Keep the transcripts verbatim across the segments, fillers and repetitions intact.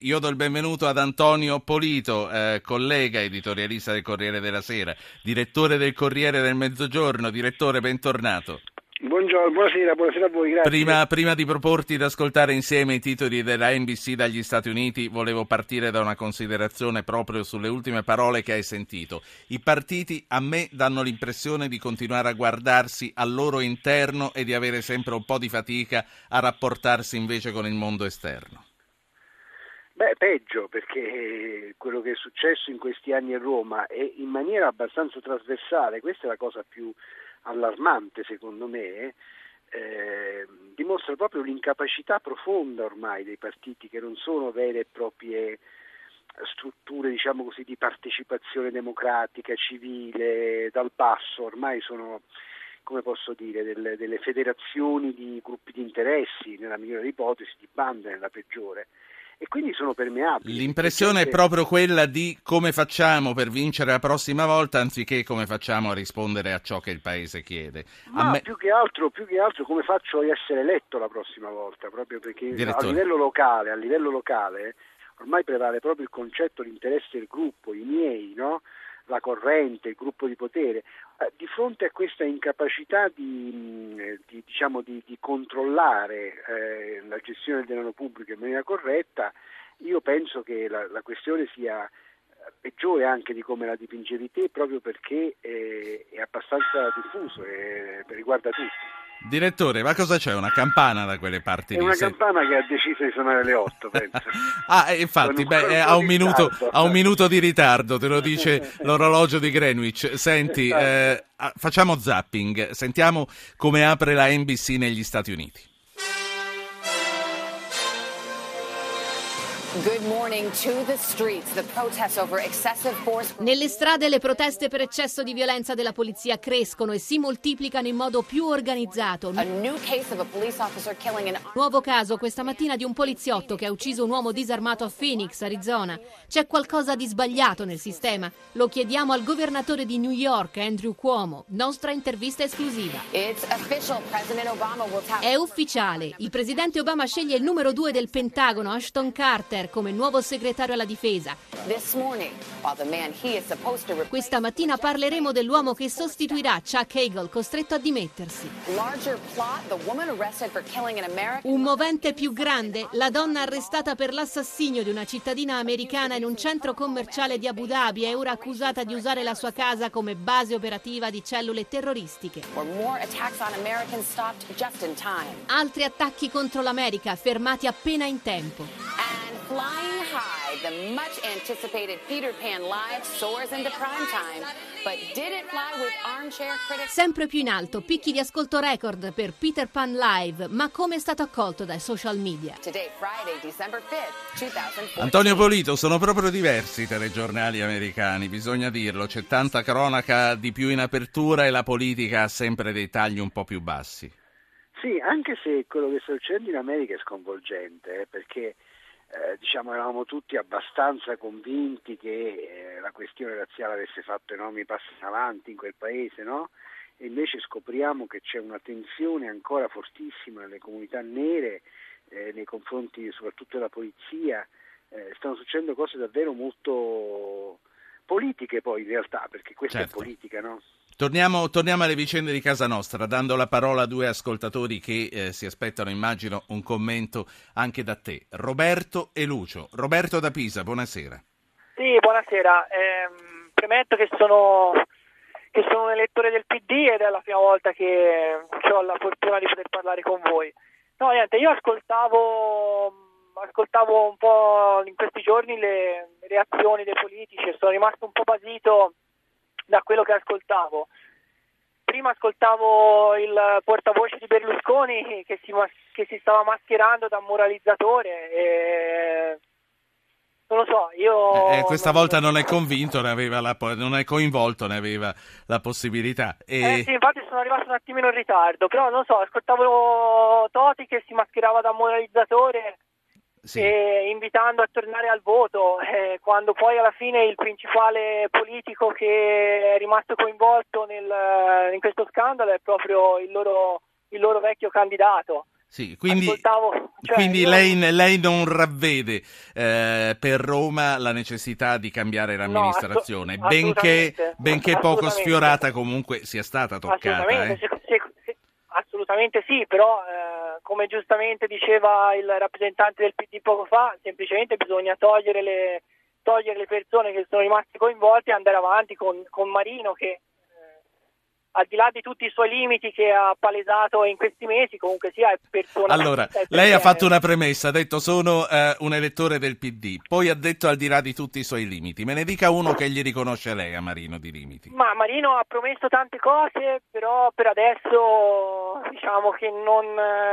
Io do il benvenuto ad Antonio Polito, eh, collega editorialista del Corriere della Sera, direttore del Corriere del Mezzogiorno. Direttore, bentornato. Buongiorno, buonasera, buonasera a voi, grazie. Prima, prima di proporti di ascoltare insieme i titoli della N B C dagli Stati Uniti, volevo partire da una considerazione proprio sulle ultime parole che hai sentito. I partiti a me danno l'impressione di continuare a guardarsi al loro interno e di avere sempre un po' di fatica a rapportarsi invece con il mondo esterno. Beh, peggio, perché quello che è successo in questi anni a Roma è in maniera abbastanza trasversale, questa è la cosa più allarmante secondo me, eh, dimostra proprio l'incapacità profonda ormai dei partiti, che non sono vere e proprie strutture, diciamo così, di partecipazione democratica, civile, dal basso. Ormai sono, come posso dire, delle, delle federazioni di gruppi di interessi, nella migliore ipotesi, di bande nella peggiore. E quindi sono permeabili. L'impressione è proprio quella di come facciamo per vincere la prossima volta, anziché come facciamo a rispondere a ciò che il Paese chiede. Ma me... più che altro, più che altro come faccio a essere eletto la prossima volta, proprio perché Direttore. a livello locale, a livello locale ormai prevale proprio il concetto, l'interesse del gruppo, i miei, no? La corrente, il gruppo di potere. Eh, di fronte a questa incapacità di, di, diciamo, di, di controllare eh, la gestione del denaro pubblico in maniera corretta, io penso che la, la questione sia peggiore anche di come la dipingevi te, proprio perché eh, è abbastanza diffuso e riguarda tutti. Direttore, ma cosa c'è? Una campana da quelle parti È lì? una Se... campana che ha deciso di suonare alle otto, penso. ah, infatti, beh, ha un, minuto, ha un minuto di ritardo, te lo dice l'orologio di Greenwich. Senti, eh, facciamo zapping, sentiamo come apre la N B C negli Stati Uniti. Good morning to the streets. The protests over excessive force. Nelle strade le proteste per eccesso di violenza della polizia crescono e si moltiplicano in modo più organizzato. A new case of a police officer killing an... Nuovo caso questa mattina di un poliziotto che ha ucciso un uomo disarmato a Phoenix, Arizona. C'è qualcosa di sbagliato nel sistema. Lo chiediamo al governatore di New York, Andrew Cuomo. Nostra intervista esclusiva. It's official. President Obama will tap... È ufficiale. Il presidente Obama sceglie il numero due del Pentagono, Ashton Carter, come nuovo segretario alla difesa. This morning, while the man he is supposed to replace... Questa mattina parleremo dell'uomo che sostituirà Chuck Hagel, costretto a dimettersi. Larger plot, the woman arrested for killing an American... Un movente più grande, la donna arrestata per l'assassinio di una cittadina americana in un centro commerciale di Abu Dhabi è ora accusata di usare la sua casa come base operativa di cellule terroristiche. Or more attacks on Americans stopped just in time. Altri attacchi contro l'America, fermati appena in tempo. And flying high, the much anticipated Peter Pan Live soars into prime time, but did it fly with armchair critics? Sempre più in alto, picchi di ascolto record per Peter Pan Live, ma come è stato accolto dai social media? Today, Friday, December fifth, twenty-fourteen. Antonio Polito, sono proprio diversi i telegiornali americani, bisogna dirlo, c'è tanta cronaca di più in apertura e la politica ha sempre dei tagli un po' più bassi. Sì, anche se quello che sta succedendo in America è sconvolgente, eh, perché Eh, diciamo eravamo tutti abbastanza convinti che eh, la questione razziale avesse fatto enormi passi in avanti in quel paese, no? E invece scopriamo che c'è una tensione ancora fortissima nelle comunità nere, eh, nei confronti soprattutto della polizia. Eh, stanno succedendo cose davvero molto politiche poi in realtà, perché questa certo. è politica, no? Torniamo, torniamo alle vicende di casa nostra, dando la parola a due ascoltatori che eh, si aspettano, immagino, un commento anche da te. Roberto e Lucio. Roberto da Pisa, buonasera. Sì, buonasera. Eh, premetto che sono, che sono un elettore del P D ed è la prima volta che ho la fortuna di poter parlare con voi. No, niente, io ascoltavo, ascoltavo un po' in questi giorni le reazioni dei politici e sono rimasto un po' basito da quello che ascoltavo. Prima ascoltavo il portavoce di Berlusconi che si, che si stava mascherando da moralizzatore e non lo so, io... Eh, questa volta non è convinto, ne aveva la, non è coinvolto, ne aveva la possibilità. E... Eh sì, infatti sono arrivato un attimino in ritardo, però non so, ascoltavo Toti che si mascherava da moralizzatore. Sì. E invitando a tornare al voto, eh, quando poi alla fine il principale politico che è rimasto coinvolto nel, in questo scandalo è proprio il loro, il loro vecchio candidato. Sì, quindi, ascoltavo, cioè, quindi io... lei, lei non ravvede eh, per Roma la necessità di cambiare l'amministrazione, no, assu- benché, assolutamente, benché poco assolutamente. sfiorata comunque sia stata toccata. Assolutamente, Eh? se, se, se, assolutamente sì, però eh, come giustamente diceva il rappresentante del P D poco fa, semplicemente bisogna togliere le, togliere le persone che sono rimaste coinvolte e andare avanti con, con Marino che... al di là di tutti i suoi limiti che ha palesato in questi mesi, comunque sia è persona... Allora, lei ha fatto una premessa, ha detto sono eh, un elettore del P D, poi ha detto al di là di tutti i suoi limiti. Me ne dica uno che gli riconosce lei a Marino di limiti. Ma Marino ha promesso tante cose, però per adesso diciamo che non...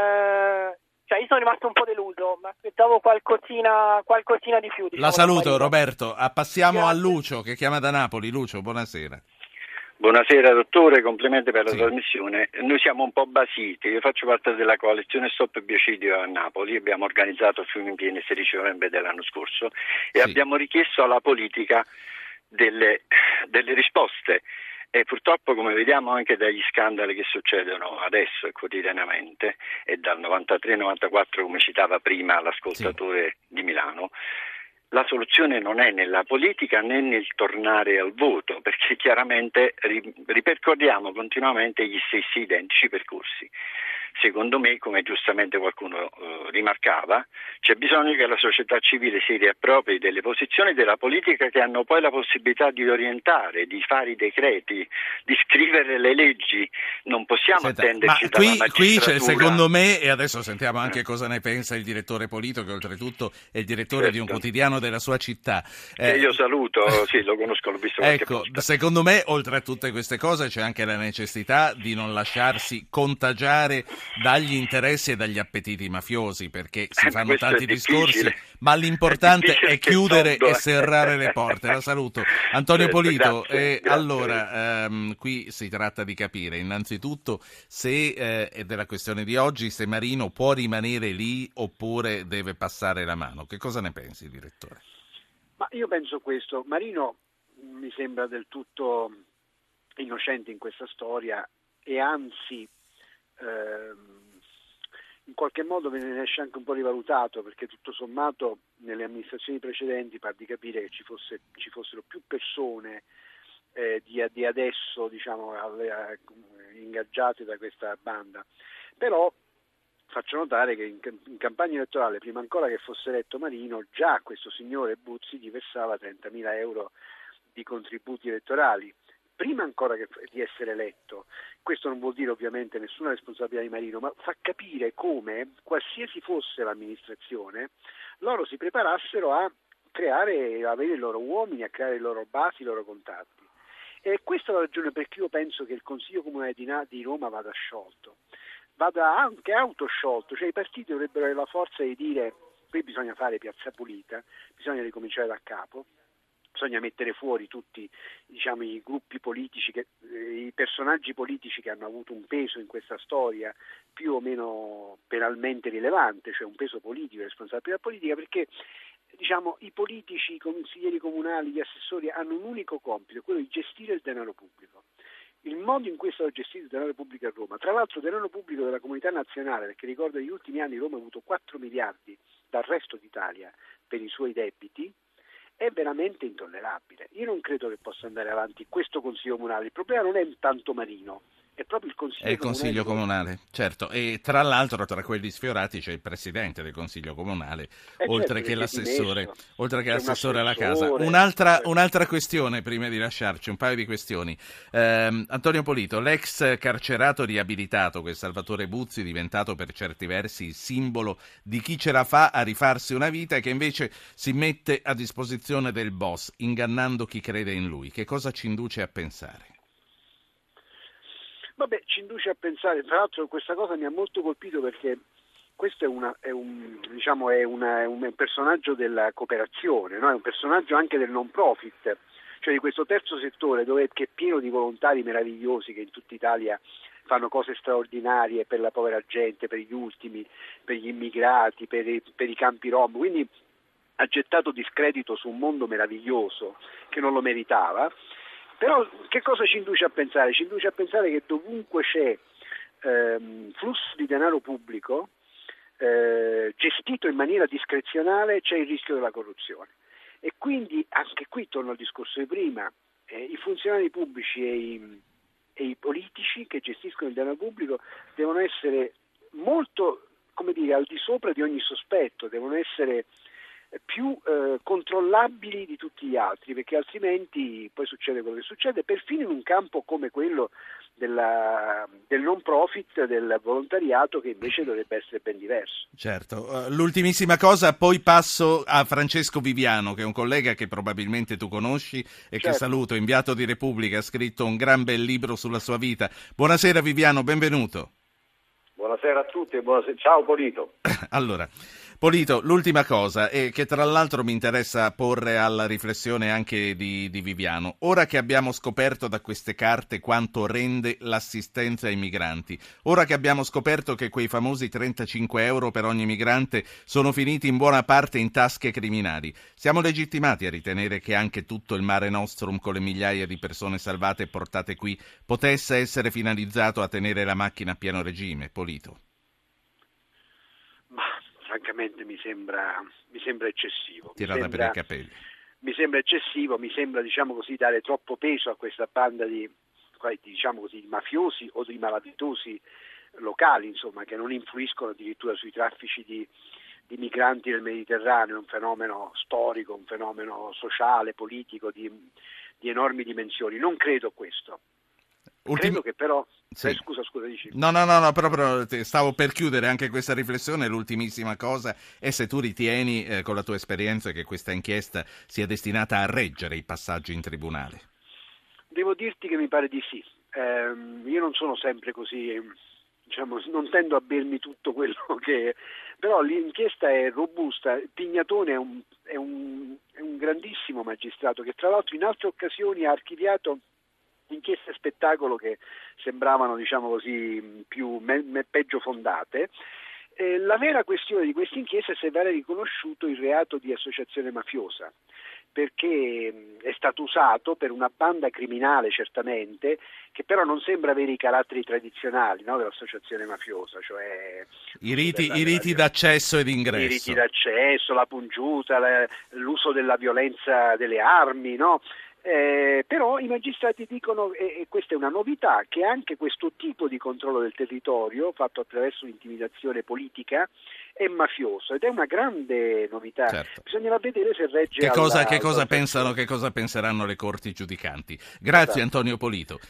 Eh... Cioè io sono rimasto un po' deluso, mi aspettavo qualcosina, qualcosina di più. Diciamo, La saluto Marino. Roberto, ah, passiamo Grazie. a Lucio che chiama da Napoli. Lucio, buonasera. Buonasera dottore, complimenti per la Sì. trasmissione. Noi siamo un po' basiti, io faccio parte della coalizione Stop Biocidio a Napoli, abbiamo organizzato Fiumi in Pieni il sedici novembre dell'anno scorso e Sì. abbiamo richiesto alla politica delle, delle risposte e purtroppo, come vediamo anche dagli scandali che succedono adesso e quotidianamente e dal novantatré novantaquattro, come citava prima l'ascoltatore Sì. di Milano, la soluzione non è nella politica né nel tornare al voto, perché chiaramente ripercorriamo continuamente gli stessi identici percorsi. Secondo me, come giustamente qualcuno eh, rimarcava, c'è bisogno che la società civile si riappropri delle posizioni della politica che hanno poi la possibilità di orientare, di fare i decreti, di scrivere le leggi. Non possiamo Senta, attenderci ma dalla qui, magistratura. qui c'è, secondo me, e adesso sentiamo anche cosa ne pensa il direttore Polito, che oltretutto è il direttore Certo. di un quotidiano della sua città. Che io saluto, sì, lo conosco, l'ho visto qualche Ecco, volta. secondo me, oltre a tutte queste cose, c'è anche la necessità di non lasciarsi contagiare dagli interessi e dagli appetiti mafiosi, perché si Eh, fanno questo è tanti difficile. discorsi, ma l'importante È difficile è che chiudere tondo, e eh. serrare le porte. La saluto. Antonio Certo, Polito, grazie, eh, grazie. allora, ehm, qui si tratta di capire innanzitutto se, eh, è della questione di oggi, se Marino può rimanere lì oppure deve passare la mano. Che cosa ne pensi, direttore? Ma io penso questo, Marino mi sembra del tutto innocente in questa storia e anzi ehm, in qualche modo ve ne esce anche un po' rivalutato, perché tutto sommato nelle amministrazioni precedenti par di capire che ci, fosse, ci fossero più persone eh, di, di adesso, diciamo, ingaggiate da questa banda. Però faccio notare che in, in campagna elettorale, prima ancora che fosse eletto Marino, già questo signore Buzzi gli versava trentamila euro di contributi elettorali, prima ancora che, di essere eletto. Questo non vuol dire ovviamente nessuna responsabilità di Marino, ma fa capire come, qualsiasi fosse l'amministrazione, loro si preparassero a creare, a avere i loro uomini, a creare le loro basi, i loro contatti. E questa è la ragione per cui io penso che il Consiglio Comunale di, di Roma vada sciolto, vada anche autosciolto, cioè i partiti dovrebbero avere la forza di dire qui bisogna fare piazza pulita, bisogna ricominciare da capo, bisogna mettere fuori tutti, diciamo, i gruppi politici, che, eh, i personaggi politici che hanno avuto un peso in questa storia più o meno penalmente rilevante, cioè un peso politico, responsabilità politica, perché diciamo i politici, i consiglieri comunali, gli assessori hanno un unico compito, quello di gestire il denaro pubblico. Il modo in cui è stato gestito il denaro pubblico a Roma, tra l'altro denaro pubblico della comunità nazionale, perché ricordo negli ultimi anni Roma ha avuto quattro miliardi dal resto d'Italia per i suoi debiti, è veramente intollerabile. Io non credo che possa andare avanti questo Consiglio Comunale. Il problema non è tanto Marino, è proprio il Consiglio È il Consiglio Comunale. Comunale, certo. E tra l'altro tra quelli sfiorati c'è il Presidente del Consiglio Comunale, Eh oltre certo, che perché è l'assessore, dimesso. oltre che C'è un l'assessore alla casa. assessore, Un'alra, certo. un'altra questione, prima di lasciarci, un paio di questioni. Eh, Antonio Polito, l'ex carcerato riabilitato, che è Salvatore Buzzi, diventato per certi versi il simbolo di chi ce la fa a rifarsi una vita e che invece si mette a disposizione del boss, ingannando chi crede in lui. Che cosa ci induce a pensare? Vabbè, ci induce a pensare, tra l'altro questa cosa mi ha molto colpito perché questo è, una, è, un, diciamo, è, una, è un personaggio della cooperazione, no? È un personaggio anche del non profit, cioè di questo terzo settore dove, che è pieno di volontari meravigliosi che in tutta Italia fanno cose straordinarie per la povera gente, per gli ultimi, per gli immigrati, per i, per i campi rom, quindi ha gettato discredito su un mondo meraviglioso che non lo meritava. Però che cosa ci induce a pensare? Ci induce a pensare che dovunque c'è ehm, flusso di denaro pubblico eh, gestito in maniera discrezionale c'è il rischio della corruzione. E quindi anche qui torno al discorso di prima, eh, i funzionari pubblici e i, e i politici che gestiscono il denaro pubblico devono essere molto, come dire, al di sopra di ogni sospetto, devono essere più eh, controllabili di tutti gli altri, perché altrimenti poi succede quello che succede, perfino in un campo come quello della, del non profit, del volontariato, che invece dovrebbe essere ben diverso. Certo, uh, l'ultimissima cosa, poi passo a Francesco Viviano, che è un collega che probabilmente tu conosci e certo. che saluto, inviato di Repubblica, ha scritto un gran bel libro sulla sua vita. Buonasera Viviano, benvenuto. Buonasera a tutti e buonasera. Ciao Polito. Allora, Polito, l'ultima cosa, e che tra l'altro mi interessa porre alla riflessione anche di, di Viviano. Ora che abbiamo scoperto da queste carte quanto rende l'assistenza ai migranti, ora che abbiamo scoperto che quei famosi trentacinque euro per ogni migrante sono finiti in buona parte in tasche criminali, siamo legittimati a ritenere che anche tutto il Mare Nostrum, con le migliaia di persone salvate e portate qui, potesse essere finalizzato a tenere la macchina a pieno regime, Polito? Ma francamente mi sembra, mi sembra eccessivo. Tirata mi sembra, per i capelli. Mi sembra eccessivo, mi sembra, diciamo così, dare troppo peso a questa banda di, diciamo così, di mafiosi o di malavitosi locali, insomma, che non influiscono addirittura sui traffici di, di migranti nel Mediterraneo. È un fenomeno storico, un fenomeno sociale, politico di, di enormi dimensioni. Non credo questo. Ultim... Credo che però... Sì. Eh, scusa, scusa, dici. No, no, no, no, proprio stavo per chiudere anche questa riflessione. L'ultimissima cosa è se tu ritieni, eh, con la tua esperienza, che questa inchiesta sia destinata a reggere i passaggi in tribunale. Devo dirti che mi pare di sì. Eh, io non sono sempre così, diciamo, non tendo a bermi tutto quello che... Però l'inchiesta è robusta. Pignatone è un, è un, è un grandissimo magistrato che tra l'altro in altre occasioni ha archiviato inchieste spettacolo che sembravano, diciamo così, più me, me, peggio fondate. Eh, la vera questione di questa inchiesta è se verrà riconosciuto il reato di associazione mafiosa, perché mh, è stato usato per una banda criminale certamente, che però non sembra avere i caratteri tradizionali, no, dell'associazione mafiosa, cioè i riti, della, i riti della, d'accesso ed ingresso. I riti d'accesso, la pungiuta, la, l'uso della violenza delle armi, no? Eh, però i magistrati dicono, e, e questa è una novità, che anche questo tipo di controllo del territorio, fatto attraverso l'intimidazione politica, è mafioso, ed è una grande novità. Certo. Bisognerà vedere se regge che cosa, alla, che cosa alla pensano, che cosa penseranno le corti giudicanti. Grazie, esatto. Antonio Polito.